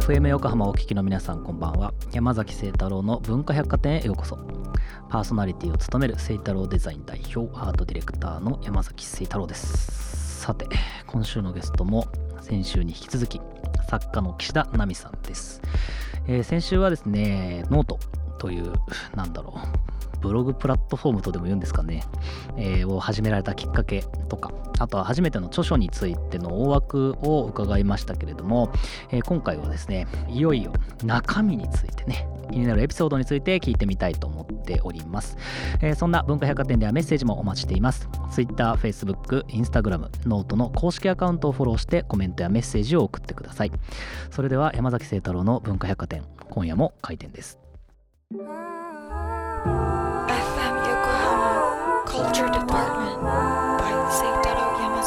FM 横浜をお聞きの皆さん、こんばんは。山崎誠太郎の文化百貨店へようこそ。パーソナリティを務める誠太郎デザイン代表アートディレクターの山崎誠太郎です。さて、今週のゲストも先週に引き続き作家の岸田奈美さんです。先週はですね、ノートというブログプラットフォームとでも言うんですかね、を始められたきっかけとか、あとは初めての著書についての大枠を伺いましたけれども、今回はですね、いよいよ中身についてね、気になるエピソードについて聞いてみたいと思っております。そんな文化百貨店ではメッセージもお待ちしています。Twitter、Facebook、Instagram、ノートの公式アカウントをフォローしてコメントやメッセージを送ってください。それでは山崎誠太郎の文化百貨店、今夜も開店です。Culture Department by 誠太郎山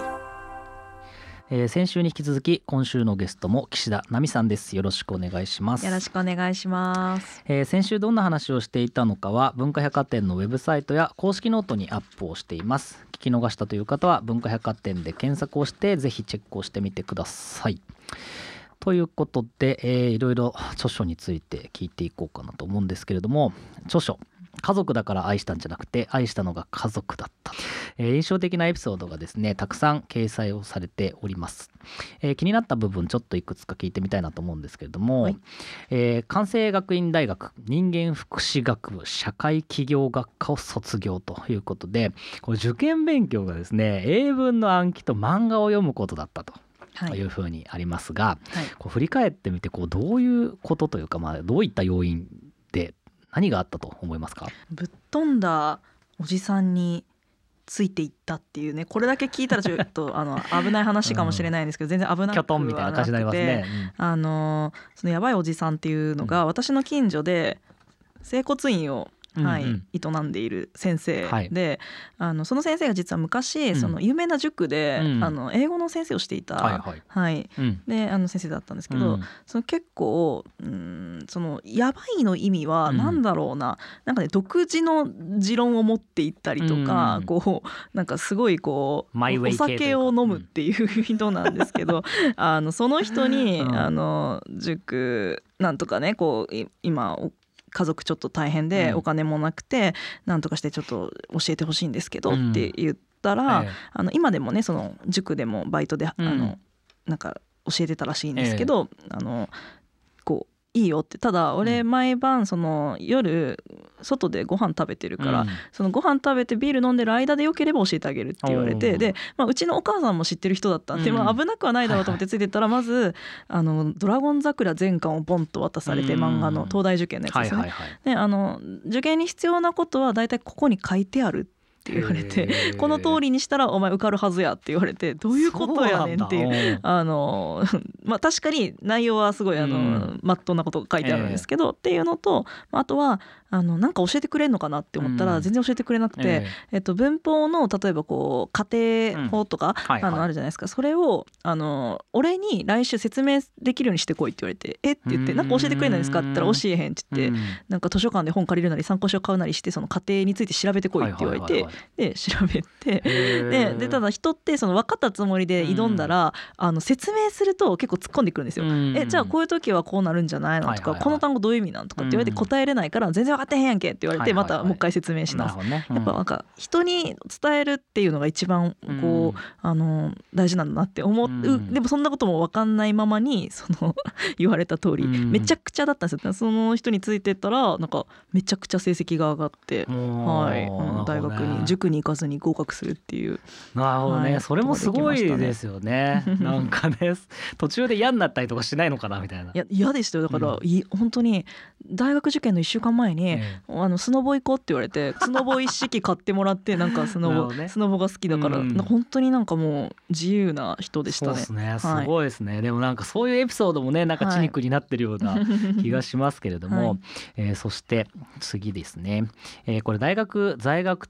崎。先週に引き続き今週のゲストも岸田奈美さんです。よろしくお願いします。 よろしくお願いします。 先週どんな話をしていたのかは文化百貨店のウェブサイトや公式ノートにアップをしています。聞き逃したという方は文化百貨店で検索をしてぜひチェックをしてみてください。ということで、いろいろ著書について聞いていこうかなと思うんですけれども、著書家族だから愛したんじゃなくて愛したのが家族だった、印象的なエピソードがですねたくさん掲載をされております。気になった部分ちょっといくつか聞いてみたいなと思うんですけれども、はい、関西学院大学人間福祉学部社会企業学科を卒業ということで、これ受験勉強がですね英文の暗記と漫画を読むことだったというふうにありますが、こう振り返ってみてどういうことというか、どういった要因で何があったと思いますか？ ぶっ飛んだおじさんについていったっていうね、これだけ聞いたらちょっと危ない話かもしれないんですけど、全然危なくはなくて、キョトンみたいな感じになりますね。そのやばいおじさんっていうのが、私の近所で整骨院を営んでいる先生で、その先生が実は昔、その有名な塾で、英語の先生をしていた、で先生だったんですけど、その結構そのやばいの意味はなんだろうな、なんかね独自の持論を持っていったりとか、なんかすごいお酒を飲むっていう人なんですけどその人に塾なんとかね今家族ちょっと大変でお金もなくてなんとかしてちょっと教えてほしいんですけどって言ったら、今でもねその塾でもバイトでなんか教えてたらしいんですけど、いいよって。ただ俺毎晩その夜外でご飯食べてるから、そのご飯食べてビール飲んでる間でよければ教えてあげるって言われて、で、うちのお母さんも知ってる人だったんで、危なくはないだろうと思ってついてったら、まずドラゴン桜全巻をボンと渡されて、漫画の東大受験のやつですね。で受験に必要なことはだいたいここに書いてあるって言われて、この通りにしたらお前受かるはずやって言われて、どういうことやねんっていう、確かに内容はすごいまっとうなことが書いてあるんですけど、っていうのと、あとはなんか教えてくれんのかなって思ったら全然教えてくれなくて、文法の例えば家庭法とかあるじゃないですか。それを俺に来週説明できるようにしてこいって言われて、って言って、なんか教えてくれないんですかって言ったら教えへんって言って、なんか図書館で本借りるなり参考書買うなりしてその家庭について調べてこいって言われて、で調べて、でただ人ってその分かったつもりで挑んだら、説明すると結構突っ込んでくるんですよ。じゃあこういう時はこうなるんじゃないのとか、この単語どういう意味なんとかって言われて答えれないから、全然分かってへんやんけって言われて、またもう一回説明します。やっぱなんか人に伝えるっていうのが一番大事なんだなって思う。でもそんなことも分かんないままにその言われた通りめちゃくちゃだったんですよ。その人についてったらなんかめちゃくちゃ成績が上がって、大学に塾に行かずに合格するっていう。なるほどね、それもすごいですよね。 なんかね途中で嫌になったりとかしないのかなみたいな。 いや嫌でしたよ。だから、本当に大学受験の1週間前に、スノボ行こうって言われて、スノボ一式買ってもらってなんかスノボが好きだから、本当になんかもう自由な人でしたね。 そうですね、すごいですね。でもなんかそういうエピソードもね、なんか血肉になってるような気がしますけれども、そして次ですね、これ大学在学中に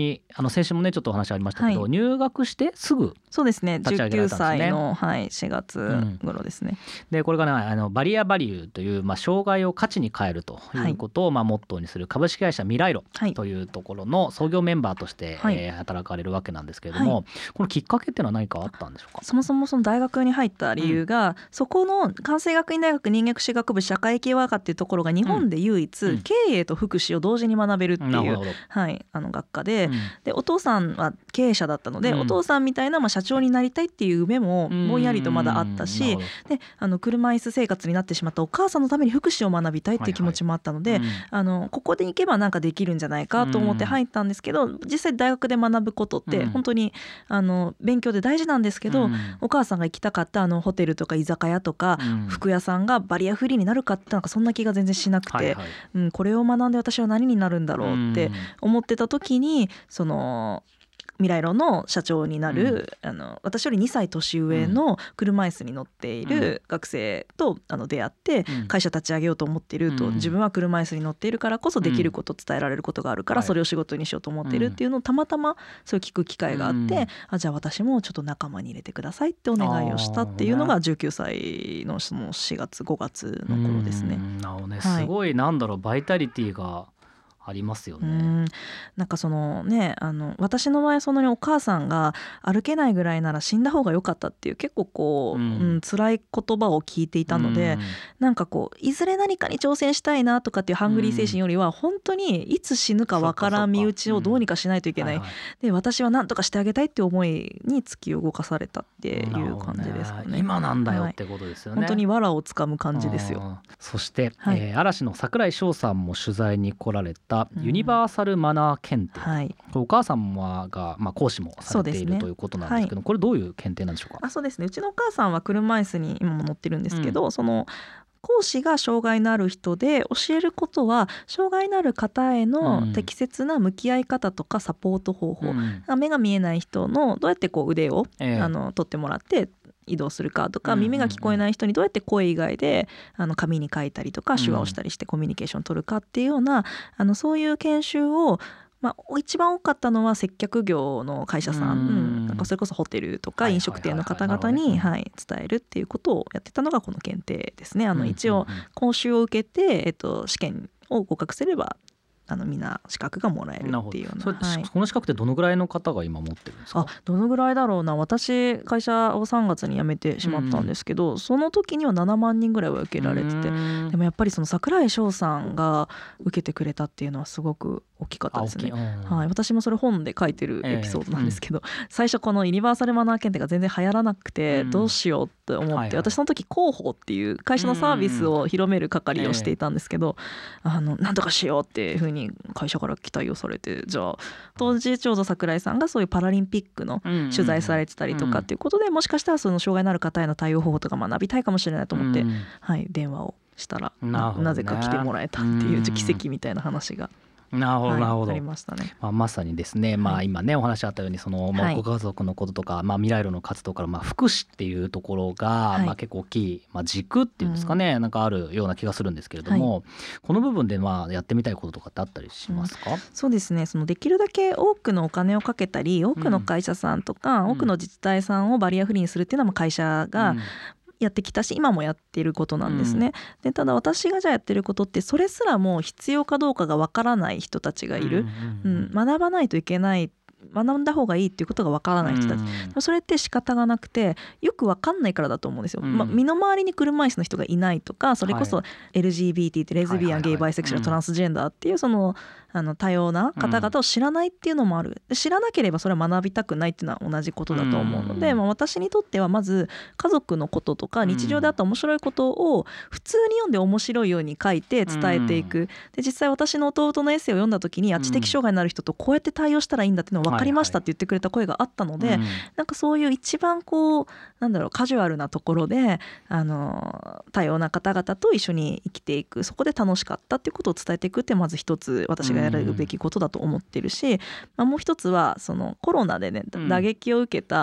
に先週もねちょっとお話ありましたけど、入学してすぐそうですね、19歳の、4月頃ですね。 でこれがねバリアバリューという、障害を価値に変えるということを、モットーにする株式会社ミライロというところの創業メンバーとして、働かれるわけなんですけれども、このきっかけっていうのは何かあったんでしょうか？ そもそもその大学に入った理由が、そこの関西学院大学人間福祉学部社会系学科っていうところが日本で唯一、経営と福祉を同時に学べるっていう、学科で、でお父さんは経営者だったので、お父さんみたいな、社長になりたいっていう夢もぼんやりとまだあったし、で車椅子生活になってしまったお母さんのために福祉を学びたいっていう気持ちもあったので、ここで行けばなんかできるんじゃないかと思って入ったんですけど、実際大学で学ぶことって本当に勉強で大事なんですけど、お母さんが行きたかったホテルとか居酒屋とか、服屋さんがバリアフリーになるかってなんかそんな気が全然しなくて、これを学んで私は何になるんだろうって思ってた時に、そのミライロの社長になる、私より2歳年上の車椅子に乗っている学生と出会って、会社立ち上げようと思っていると、自分は車椅子に乗っているからこそできることを伝えられることがあるから、それを仕事にしようと思っているっていうのをたまたまそういう聞く機会があって、じゃあ私もちょっと仲間に入れてくださいってお願いをしたっていうのが19歳のその4月5月の頃ですね。 なるほどね、すごいバイタリティがありますよね。 なんかそのね、私の場合そんなにお母さんが歩けないぐらいなら死んだ方が良かったっていう結構こう、辛い言葉を聞いていたので、なんかこういずれ何かに挑戦したいなとかっていうハングリー精神よりは、本当にいつ死ぬかわからん身内をどうにかしないといけない、で私は何とかしてあげたいっていう思いに突き動かされたっていう感じですかね。 今なんだよってことですよね。 本当に藁をつかむ感じですよ。 そして、嵐の櫻井翔さんも取材に来られたユニバーサルマナー検定、お母様が、講師もされているということなんですけど、これどういう検定なんでしょうか？ そうですね、うちのお母さんは車椅子に今も乗ってるんですけど、その講師が障害のある人で教えることは、障害のある方への適切な向き合い方とかサポート方法、目が見えない人のどうやってこう腕を、取ってもらって移動するかとか、耳が聞こえない人にどうやって声以外で紙に書いたりとか手話をしたりしてコミュニケーションを取るかっていうような、そういう研修を、一番多かったのは接客業の会社さん、なんかそれこそホテルとか飲食店の方々に伝えるっていうことをやってたのがこの検定ですね。一応講習を受けて、試験を合格すればみんな資格がもらえるっていうような。 この資格ってどのぐらいの方が今持ってるんですか？ どのぐらいだろうな、私会社を3月に辞めてしまったんですけど、その時には7万人ぐらいは受けられてて、でもやっぱりその櫻井翔さんが受けてくれたっていうのはすごく大きかったですね。私もそれ本で書いてるエピソードなんですけど、最初このユニバーサルマナー検定が全然流行らなくて、どうしようって思って、私その時広報っていう会社のサービスを広める係をしていたんですけど、なんとかしようっていうふうに会社から期待をされて、じゃあ当時ちょうど櫻井さんがそういうパラリンピックの取材されてたりとかっていうことで、もしかしたらその障害のある方への対応方法とか学びたいかもしれないと思って、電話をしたら なぜか来てもらえたっていう奇跡みたいな話がありましたね。 まさにですね、今ねお話あったようにその、ご家族のこととか、ミライロの活動から、福祉っていうところが、結構大きい、軸っていうんですかね、なんかあるような気がするんですけれども、この部分でやってみたいこととかってあったりしますか？ そうですね、そのできるだけ多くのお金をかけたり、多くの会社さんとか、多くの自治体さんをバリアフリーにするっていうのは会社がやってきたし、今もやっていることなんですね。でただ私がじゃあやってることって、それすらも必要かどうかがわからない人たちがいる、学ばないといけない、学んだ方がいいっていうことがわからない人たち、それって仕方がなくて、よくわかんないからだと思うんですよ。身の回りに車椅子の人がいないとか、それこそ LGBT ってレズビアン、ゲイ、バイセクシュアル、トランスジェンダーっていうその多様な方々を知らないっていうのもある。知らなければそれは学びたくないっていうのは同じことだと思うので、私にとってはまず家族のこととか日常であった面白いことを普通に読んで面白いように書いて伝えていく。で実際私の弟のエッセイを読んだ時に、知的障害のある人とこうやって対応したらいいんだっていうのを分かりましたって言ってくれた声があったので、なんかそういう一番こうカジュアルなところで多様な方々と一緒に生きていく、そこで楽しかったっていうことを伝えていくってまず一つ私がやるべきことだと思ってるし、もう一つはそのコロナでね打撃を受けた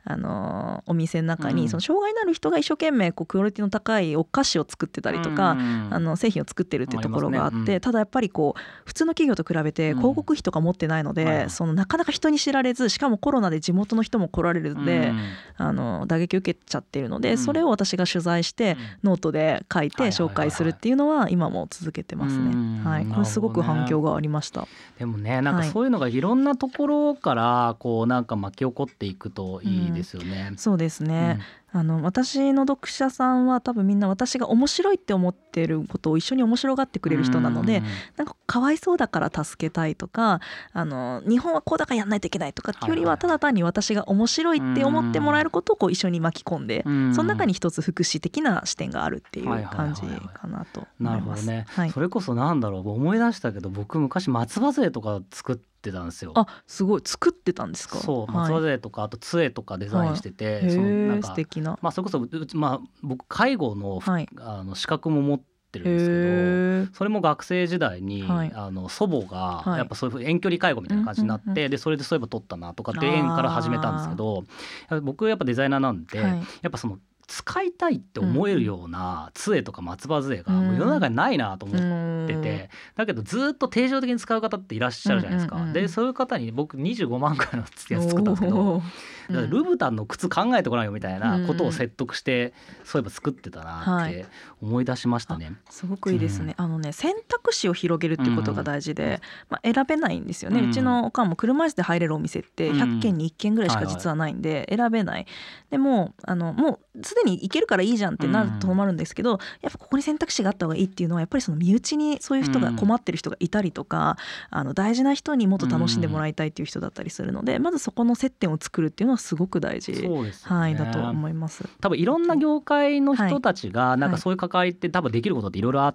お店の中にその障害のある人が一生懸命クオリティの高いお菓子を作ってたりとか、製品を作ってるっていうところがあって、ただやっぱり普通の企業と比べて広告費とか持ってないので、そのなかなか人に知られず、しかもコロナで地元の人も来られるので、打撃を受けちゃってるので、それを私が取材してノートで書いて紹介するっていうのは今も続けてますね。はい、これすごく反響がありました。 でもね、なんかそういうのがいろんなところからなんか巻き起こっていくといいですよね。 そうですね、私の読者さんは多分みんな私が面白いって思ってることを一緒に面白がってくれる人なので、なんかかわいそうだから助けたいとか、日本はこうだからやんないといけないとかっていうよりは、ただ単に私が面白いって思ってもらえることを一緒に巻き込んで、その中に一つ福祉的な視点があるっていう感じかなと思います。 なるほどね、それこそなんだろう、思い出したけど、僕昔松葉杖とか作ってたんですよ。 すごい作ってたんですか。 そう、松葉杖とかあと杖とかデザインしてて、なんか素敵な、 それこそ僕介護の、資格も持ってるんですけど、それも学生時代に、祖母がやっぱそういう遠距離介護みたいな感じになって、でそれでそういえば取ったなとかっていう縁から始めたんですけど、僕やっぱデザイナーなんで、やっぱその使いたいって思えるような杖とか松葉杖がもう世の中にないなと思ってて、だけどずっと定常的に使う方っていらっしゃるじゃないですか。でそういう方に僕25万くらいのやつ作ったんですけど、ルブタンの靴考えてごらんよみたいなことを説得して、そういえば作ってたなって思い出しましたね。 すごくいいですね。選択肢を広げるっていうことが大事で、選べないんですよね。うちのおかんも車椅子で入れるお店って100軒に1軒ぐらいしか実はないんで選べない。でももうすでに行けるからいいじゃんってなると止まるんですけど、やっぱここに選択肢があった方がいいっていうのは、やっぱりその身内にそういう人が困ってる人がいたりとか、大事な人にもっと楽しんでもらいたいっていう人だったりするので、まずそこの接点を作るっていうのはすごく大事、だと思います。 多分いろんな業界の人たちがなんかそういう関わりって多分できることっていろいろあって、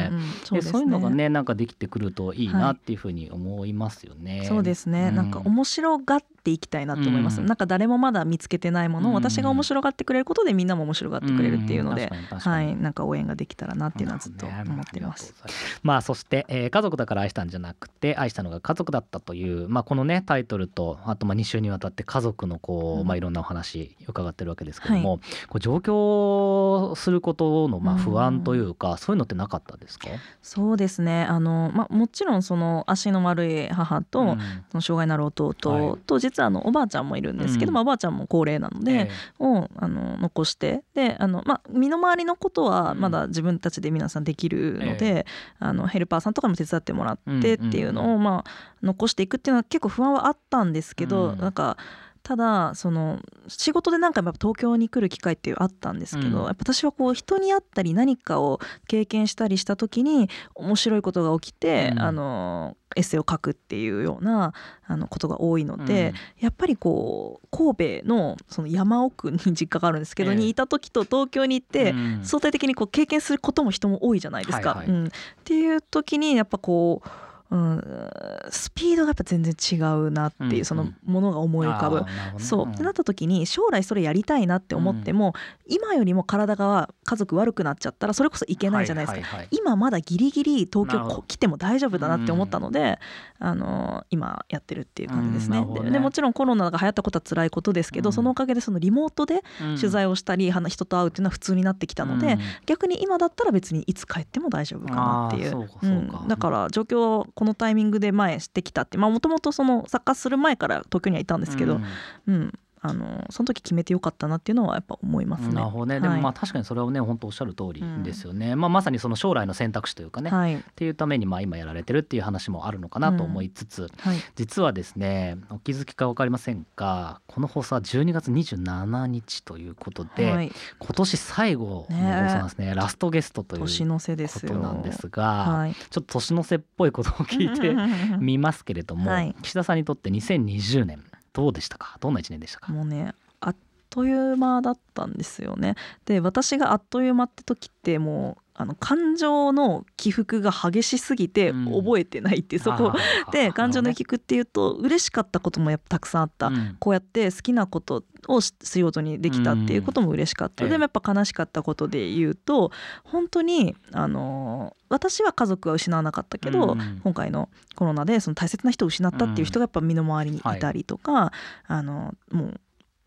そういうのがねなんかできてくるといいなっていうふうに思いますよね。 そうですね、なんか面白がっていきたいなと思います。なんか誰もまだ見つけてないものを私が面白がってくれることでみんなも面白がってくれるっていうので、なんか応援ができたらなっていうのはずっと思っています。 そして、家族だから愛したんじゃなくて愛したのが家族だったという、このねタイトルと、あと2週にわたって家族のいろんなお話伺ってるわけですけども、上京することの不安というか、そういうのってなかったですか？ そうですね、もちろんその足の悪い母と、その障害のある弟と、実はおばあちゃんもいるんですけど、おばあちゃんも高齢なので、残して、で身の回りのことはまだ自分たちで皆さんできるので、ヘルパーさんとかにも手伝ってもらってっていうのを残していくっていうのは結構不安はあったんですけど、なんかただその仕事で何回も東京に来る機会ってあったんですけど、やっぱ私は人に会ったり何かを経験したりした時に面白いことが起きて、エッセイを書くっていうようなことが多いので、やっぱり神戸のその山奥に実家があるんですけど、にいた時と東京に行って相対的に経験することも人も多いじゃないですか。っていう時にやっぱスピードがやっぱ全然違うなっていう、そのものが思い浮かぶ、そうってなった時に将来それやりたいなって思っても、今よりも体が家族悪くなっちゃったらそれこそいけないじゃないですか。今まだギリギリ東京来ても大丈夫だなって思ったので、今やってるっていう感じですね。でもちろんコロナが流行ったことは辛いことですけど、そのおかげでそのリモートで取材をしたり人と会うっていうのは普通になってきたので、逆に今だったら別にいつ帰っても大丈夫かなっていう。だから状況このタイミングで前してきたって、もともとその作家する前から東京にはいたんですけど、その時決めてよかったなっていうのはやっぱ思いますね。 なるほどね。でも確かにそれはね本当おっしゃる通りですよね。まさにその将来の選択肢というかね、っていうために今やられてるっていう話もあるのかなと思いつつ、実はですね、お気づきか分かりませんが、この放送は12月27日ということで、今年最後の放送なんですね。ラストゲストということなんですが、ちょっと年の瀬っぽいことを聞いてみますけれども、岸田さんにとって2020年どうでしたか？どんな1年でしたか？ もうね、あっという間だったんですよね。で、私があっという間って時ってもう感情の起伏が激しすぎて覚えてないっていう、そこで感情の起伏っていうと嬉しかったこともやっぱたくさんあった、こうやって好きなことを仕事にできたっていうことも嬉しかった、でもやっぱ悲しかったことで言うと、本当に私は家族は失わなかったけど、今回のコロナでその大切な人を失ったっていう人がやっぱ身の回りにいたりとか、もう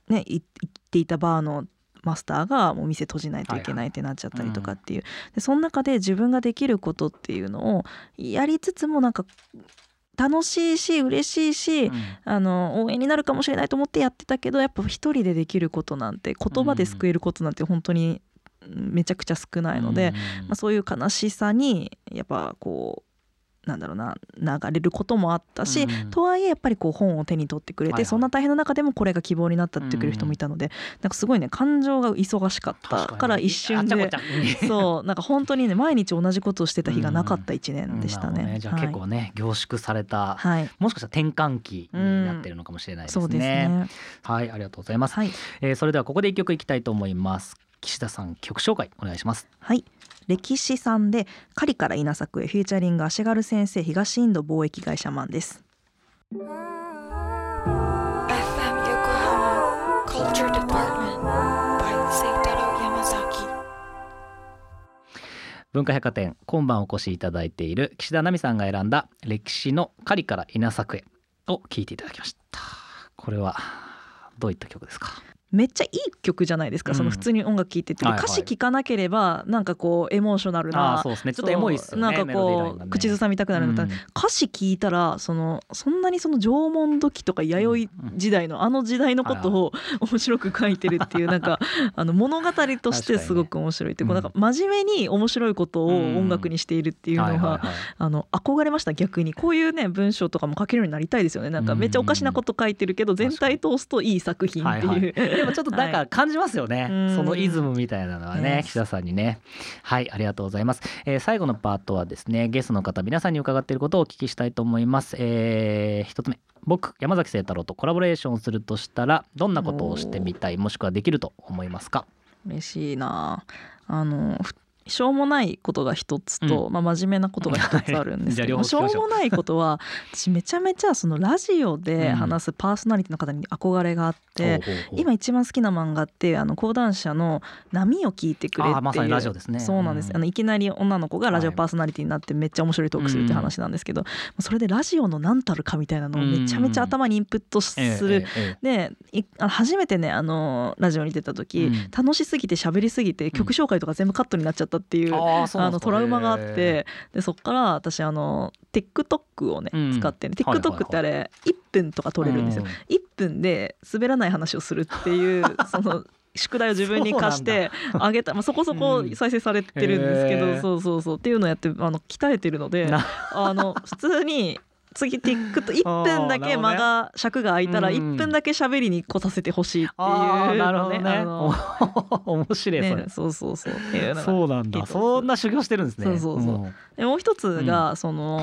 ね行っていたバーのマスターがもう店閉じないといけないってなっちゃったりとかっていう、でその中で自分ができることっていうのをやりつつもなんか楽しいし嬉しいし、応援になるかもしれないと思ってやってたけど、やっぱ一人でできることなんて、言葉で救えることなんて本当にめちゃくちゃ少ないので、そういう悲しさにやっぱこうなんだろうな、流れることもあったし、とはいえやっぱりこう本を手に取ってくれて、そんな大変な中でもこれが希望になったってくれる人もいたので、なんかすごいね感情が忙しかったから一瞬でそうなんか本当にね毎日同じことをしてた日がなかった1年でしたね。 じゃあ結構ね、凝縮された、もしかしたら転換期になってるのかもしれないですね。 そうですね。 はい、ありがとうございます。それではここで一曲いきたいと思います。岸田さん、曲紹介お願いします。 はい、歴史さんで狩りから稲作へフィーチャリング足軽先生東インド貿易会社マンです。 文化百貨店今晩お越しいただいている岸田奈美さんが選んだ歴史の狩りから稲作へを聴いていただきました。これはどういった曲ですか？ めっちゃいい曲じゃないですか、その普通に音楽聴いてて、歌詞聴かなければなんかこうエモーショナルな、 そうですね、ちょっとエモいっすよね、 なんかこう口ずさみたくなるみたいな、歌詞聴いたらそんなにその縄文土器とか弥生時代の時代のことを面白く書いてるっていう、なんか物語としてすごく面白いっていう、なんか真面目に面白いことを音楽にしているっていうのは憧れました。逆にこういうね文章とかも書けるようになりたいですよね。なんかめっちゃおかしなこと書いてるけど全体通すといい作品っていう、 でもちょっとだから感じますよね、そのイズムみたいなのはね、岸田さんにね。はい、ありがとうございます。最後のパートはですね、ゲストの方皆さんに伺っていることをお聞きしたいと思います。一つ目、僕山崎清太郎とコラボレーションするとしたらどんなことをしてみたい、もしくはできると思いますか？ 嬉しいな。しょうもないことが一つと、真面目なことが一つあるんですけど、しょうもないことは私めちゃめちゃそのラジオで話すパーソナリティの方に憧れがあって、今一番好きな漫画って講談社の波を聞いてくれっていう、 まさにラジオですね。 そうなんです。いきなり女の子がラジオパーソナリティになってめっちゃ面白いトークするって話なんですけど、それでラジオの何たるかみたいなのをめちゃめちゃ頭にインプットする。で初めてねラジオに出た時、楽しすぎて喋りすぎて曲紹介とか全部カットになっちゃったっていうトラウマがあって、でそっから私TikTok をね使ってね、TikTok ってあれ1分とか撮れるんですよ。1分で滑らない話をするっていうその宿題を自分に課してあげた、そこそこ再生されてるんですけど、そうっていうのをやって鍛えてるので普通に次1分だけ尺が空いたら1分だけ喋りに来させてほしいっていうのね。 面白いそれ。 そうそうなんだ。そんな修行してるんですね。 でもう一つが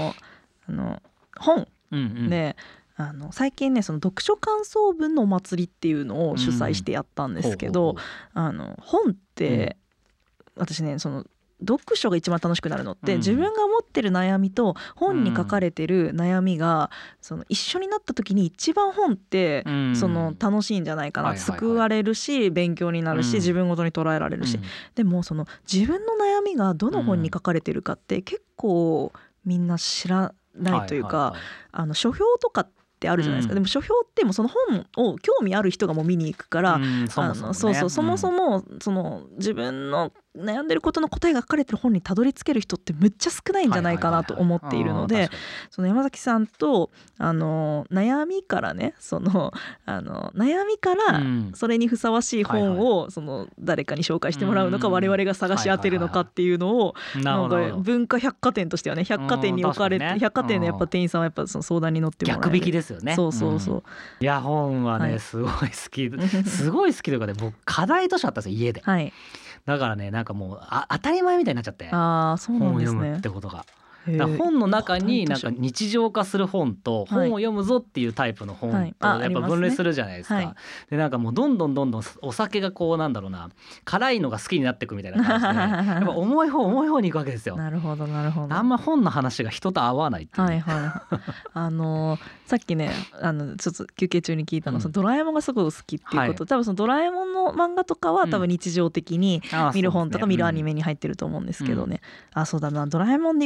本で、最近ねその読書感想文のお祭りっていうのを主催してやったんですけど、本って私ね読書が一番楽しくなるのって、自分が持ってる悩みと本に書かれてる悩みが一緒になった時に一番本って楽しいんじゃないかな、救われるし勉強になるし自分ごとに捉えられるし、でも自分の悩みがどの本に書かれてるかって結構みんな知らないというか、書評とかってあるじゃないですか。でも書評ってもその本を興味ある人がもう見に行くから、そもそも自分の悩んでることの答えが書かれてる本にたどり着ける人ってむっちゃ少ないんじゃないかなと思っているので、その山崎さんと悩みからね悩みからそれにふさわしい本を誰かに紹介してもらうのか、我々が探し当てるのかっていうのをなんか文化百貨店としてはね、百貨店に置かれて、百貨店のやっぱ店員さんはやっぱ相談に乗ってもらえる。 逆引きですよね。いや本はねすごい好き、すごい好きというかね、僕課題図書あったんですよ家で。だからねなんかもう当たり前みたいになっちゃって、本を読むってことが。本の中になんか日常化する本と本を読むぞっていうタイプの本とやっぱ分類するじゃないですか。でなんかもうどんどんお酒がなんだろうな、辛いのが好きになっていくみたいな感じでやっぱ重い方に行くわけですよ。 なるほどあんま本の話が人と合わないっていう。 さっきねちょっと休憩中に聞いたの、ドラえもんがすごい好きっていうこと、多分ドラえもんの漫画とかは多分日常的に見る本とか見るアニメに入ってると思うんですけどね。そうだな、ドラえもんで言うと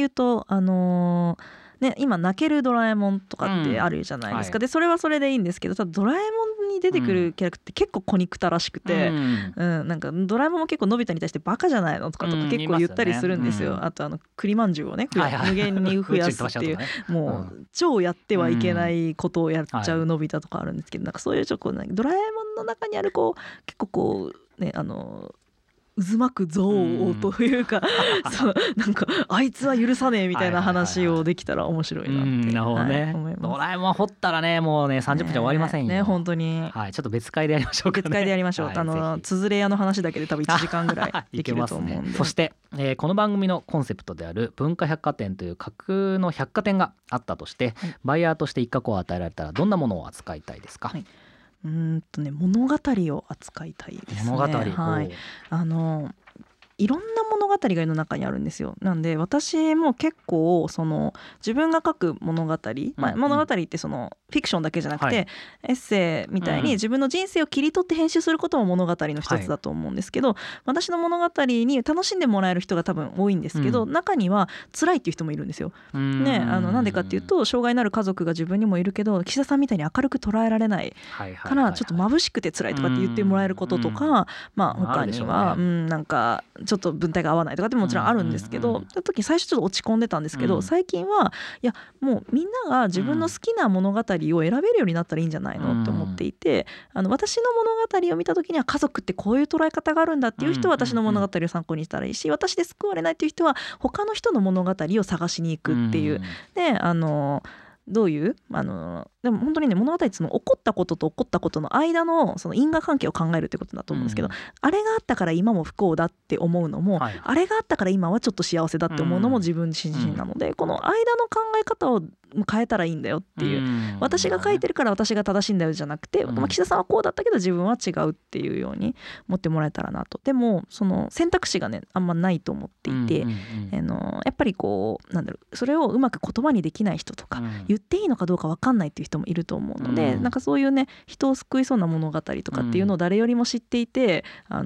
ね、今泣けるドラえもんとかってあるじゃないですか、でそれはそれでいいんですけど、ただドラえもんに出てくるキャラクターって結構小憎たらしくて、なんかドラえもんも結構のび太に対してバカじゃないのとか結構言ったりするんですよ、あと栗まんじゅうをね無限に増やすっていうもう超やってはいけないことをやっちゃうのび太とかあるんですけど、なんかそういうちょっとドラえもんの中にある結構ね渦巻く憎悪というか、そうなんかあいつは許さねえみたいな話をできたら面白いなって、 なるほどね、 思います。 ドラえもん掘ったらねもうね30分じゃ終わりませんよね本当に、 はい、ちょっと別会でやりましょうかね。 別会でやりましょう、つづれ屋の話だけで多分1時間ぐらいできると思うんでそして、この番組のコンセプトである文化百貨店という架空の百貨店があったとして、バイヤーとして一角を与えられたらどんなものを扱いたいですか？ 物語を扱いたいですね。 物語、 はい、いろんな物語が世の中にあるんですよ。なんで私も結構自分が書く物語、物語ってフィクションだけじゃなくて、エッセイみたいに自分の人生を切り取って編集することも物語の一つだと思うんですけど、私の物語に楽しんでもらえる人が多分多いんですけど、中には辛いっていう人もいるんですよ。ね、なんでかっていうと障害のある家族が自分にもいるけど岸田さんみたいに明るく捉えられないからちょっと眩しくて辛いとかって言ってもらえることとか、他にはなんかちょっと文体が合わないとかってもちろんあるんですけど、その時最初ちょっと落ち込んでたんですけど、最近はいやもうみんなが自分の好きな物語を選べるようになったらいいんじゃないのって思っていて、私の物語を見た時には家族ってこういう捉え方があるんだっていう人は私の物語を参考にしたらいいし、私で救われないっていう人は他の人の物語を探しに行くっていう、でどういうでも本当にね物語って起こったことと起こったことの間の因果関係を考えるってことだと思うんですけど、あれがあったから今も不幸だって思うのも、あれがあったから今はちょっと幸せだって思うのも自分自身なので、この間の考え方を変えたらいいんだよっていう、私が書いてるから私が正しいんだよじゃなくて、岸田さんはこうだったけど自分は違うっていうように持ってもらえたらなと。でも選択肢がねあんまないと思っていて、やっぱりそれをうまく言葉にできない人とか、言っていいのかどうか分かんないっていう人もいると思うので、なんかそういうね人を救いそうな物語とかっていうのを誰よりも知っていて、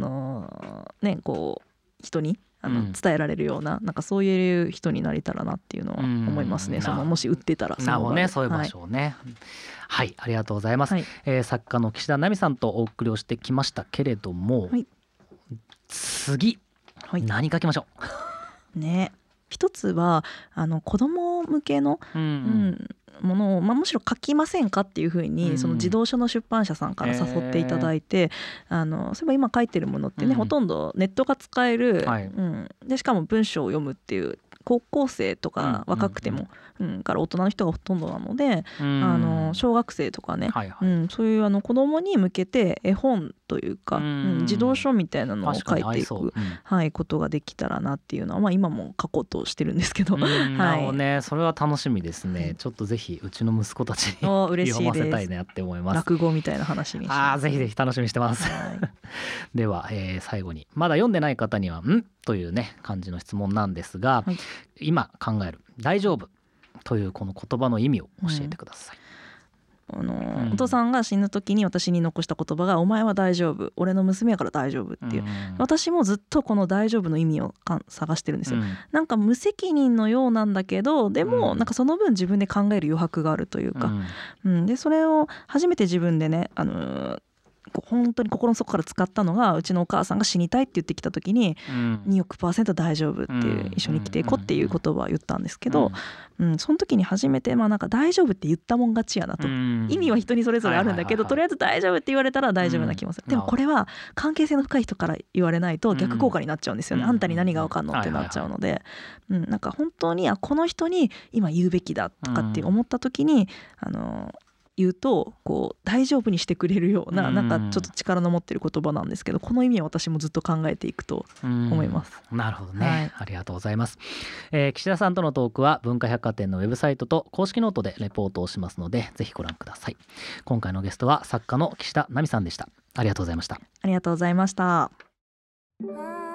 人に伝えられるような、なんかそういう人になれたらなっていうのは思いますね。もし売ってたらなるほどね、そういう場所をね、はい、ありがとうございます、作家の岸田奈美さんとお送りをしてきましたけれども、次、何書きましょうね。一つは子供向けの、ものを、むしろ書きませんかっていうふうに児童書の出版社さんから誘っていただいて、そういえば今書いてるものってね、ほとんどネットが使える、でしかも文章を読むっていう高校生とか若くても、から大人の人がほとんどなので、小学生とかね、そういう子供に向けて絵本というか、児童書みたいなのを書いていく、ことができたらなっていうのは、今も書こうとしてるんですけど、 なるほどね、それは楽しみですね。ちょっとぜひうちの息子たちに読ませたいなって思います。 落語みたいな話にぜひぜひ楽しみにしてます、では、最後にまだ読んでない方にはというね感じの質問なんですが、今考える大丈夫というこの言葉の意味を教えてください。 お父さんが死ぬ時に私に残した言葉がお前は大丈夫、俺の娘やから大丈夫っていう、私もずっとこの大丈夫の意味を探してるんですよ。なんか無責任のようなんだけど、でもなんかその分自分で考える余白があるというか、でそれを初めて自分でね本当に心の底から使ったのが、うちのお母さんが死にたいって言ってきた時に、2億%大丈夫っていう、一緒に生きていこうっていう言葉を言ったんですけど、その時に初めてなんか大丈夫って言ったもん勝ちやなと、意味は人にそれぞれあるんだけど、とりあえず大丈夫って言われたら大丈夫な気もする。でもこれは関係性の深い人から言われないと逆効果になっちゃうんですよね。あんたに何が分かんのってなっちゃうので、なんか本当にこの人に今言うべきだとかって思った時に言うと大丈夫にしてくれるような、なんかちょっと力の持ってる言葉なんですけど、この意味は私もずっと考えていくと思います。 なるほどね、ありがとうございます。岸田さんとのトークは文化百貨店のウェブサイトと公式ノートでレポートをしますので、ぜひご覧ください。今回のゲストは作家の岸田奈美さんでした。ありがとうございました。 ありがとうございました。FM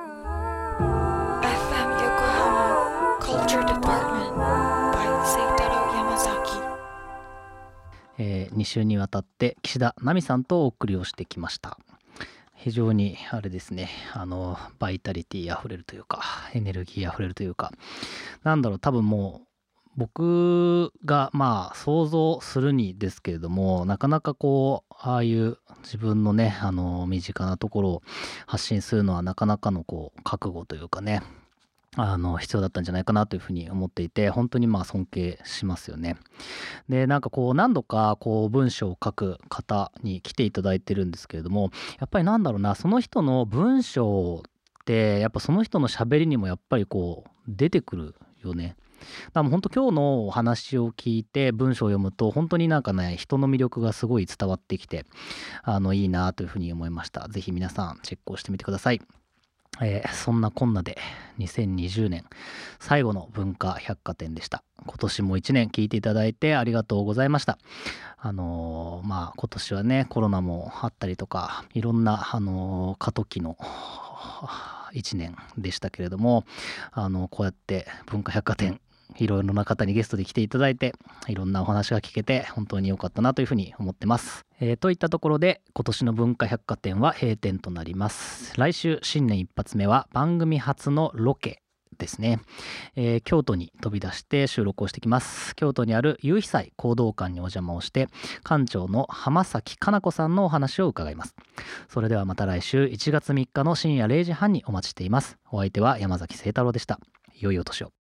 横浜 Culture Department by 清太郎山崎。 2週にわたって岸田奈美さんとお送りをしてきました。 非常にあれですね、バイタリティあふれるというか、エネルギーあふれるというか、なんだろう、多分もう僕がまあ想像するにですけれども、なかなかこうああいう自分のね身近なところを発信するのはなかなかのこう覚悟というかね、必要だったんじゃないかなというふうに思っていて、本当にまあ尊敬しますよね。でなんかこう何度かこう文章を書く方に来ていただいてるんですけれども、やっぱりなんだろうな、その人の文章ってやっぱその人の喋りにもやっぱりこう出てくるよね。だから本当今日のお話を聞いて文章を読むと本当になんかね、人の魅力がすごい伝わってきていいなというふうに思いました。ぜひ皆さんチェックをしてみてください。そんなこんなで2020年最後の文化百貨店でした。今年も1年聞いていただいてありがとうございました。まあ今年はねコロナもあったりとかいろんな過渡期の1年でしたけれども、こうやって文化百貨店いろいろな方にゲストで来ていただいていろんなお話が聞けて本当に良かったなというふうに思ってます。といったところで今年の文化百貨店は閉店となります。来週新年一発目は番組初のロケですね。京都に飛び出して収録をしてきます。京都にある夕日祭講道館にお邪魔をして館長の浜崎かな子さんのお話を伺います。それではまた来週1月3日の深夜0時半にお待ちしています。お相手は山崎誠太郎でした。良いお年を。